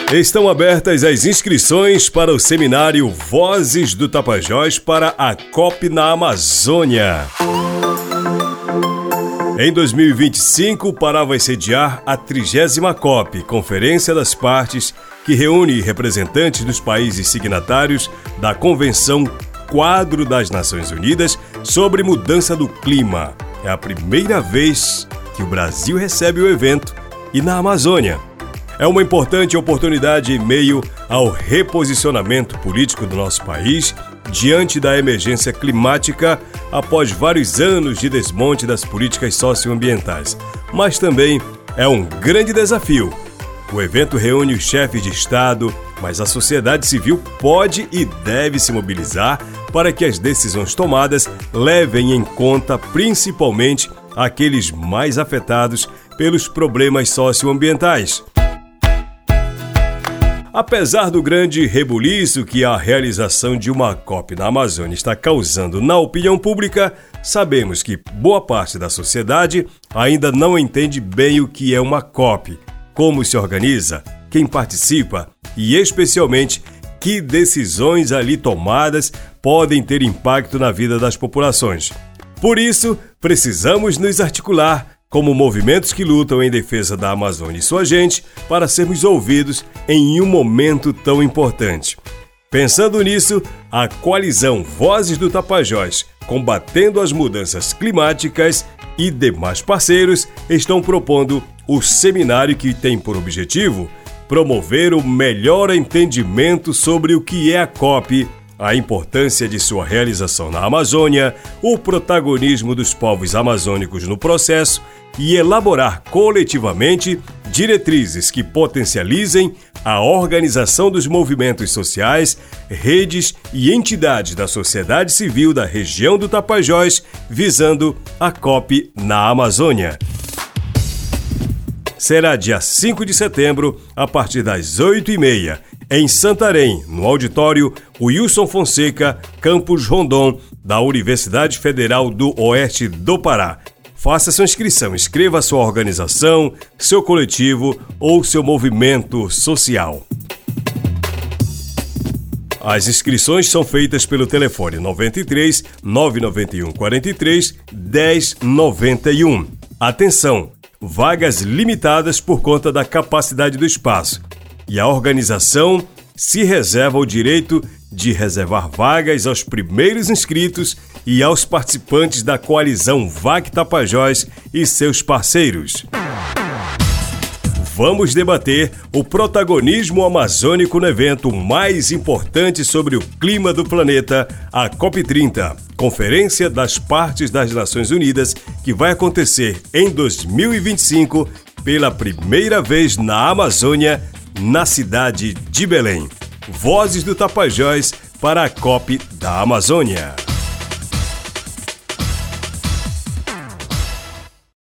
Estão abertas as inscrições para o seminário Vozes do Tapajós para a COP na Amazônia. Em 2025, o Pará vai sediar a 30ª COP, Conferência das Partes, que reúne representantes dos países signatários da Convenção Quadro das Nações Unidas sobre Mudança do Clima. É a primeira vez que o Brasil recebe o evento e na Amazônia. É uma importante oportunidade em meio ao reposicionamento político do nosso país diante da emergência climática após vários anos de desmonte das políticas socioambientais. Mas também é um grande desafio. O evento reúne os chefes de Estado, mas a sociedade civil pode e deve se mobilizar para que as decisões tomadas levem em conta principalmente aqueles mais afetados pelos problemas socioambientais. Apesar do grande rebuliço que a realização de uma COP na Amazônia está causando na opinião pública, sabemos que boa parte da sociedade ainda não entende bem o que é uma COP, como se organiza, quem participa e, especialmente, que decisões ali tomadas podem ter impacto na vida das populações. Por isso, precisamos nos articular como movimentos que lutam em defesa da Amazônia e sua gente para sermos ouvidos em um momento tão importante. Pensando nisso, a coalizão Vozes do Tapajós, combatendo as mudanças climáticas e demais parceiros estão propondo o seminário que tem por objetivo promover o melhor entendimento sobre o que é a COP, a importância de sua realização na Amazônia, o protagonismo dos povos amazônicos no processo e elaborar coletivamente diretrizes que potencializem a organização dos movimentos sociais, redes e entidades da sociedade civil da região do Tapajós, visando a COP na Amazônia. Será dia 5 de setembro, a partir das 8h30, em Santarém, no auditório Wilson Fonseca, Campus Rondon, da Universidade Federal do Oeste do Pará. Faça sua inscrição, escreva sua organização, seu coletivo ou seu movimento social. As inscrições são feitas pelo telefone 93 991 43 1091. Atenção! Vagas limitadas por conta da capacidade do espaço. E a organização se reserva o direito de reservar vagas aos primeiros inscritos e aos participantes da coalizão VAC Tapajós e seus parceiros. Vamos debater o protagonismo amazônico no evento mais importante sobre o clima do planeta, a COP30, Conferência das Partes das Nações Unidas, que vai acontecer em 2025 pela primeira vez na Amazônia, na cidade de Belém. Vozes do Tapajós para a COP da Amazônia.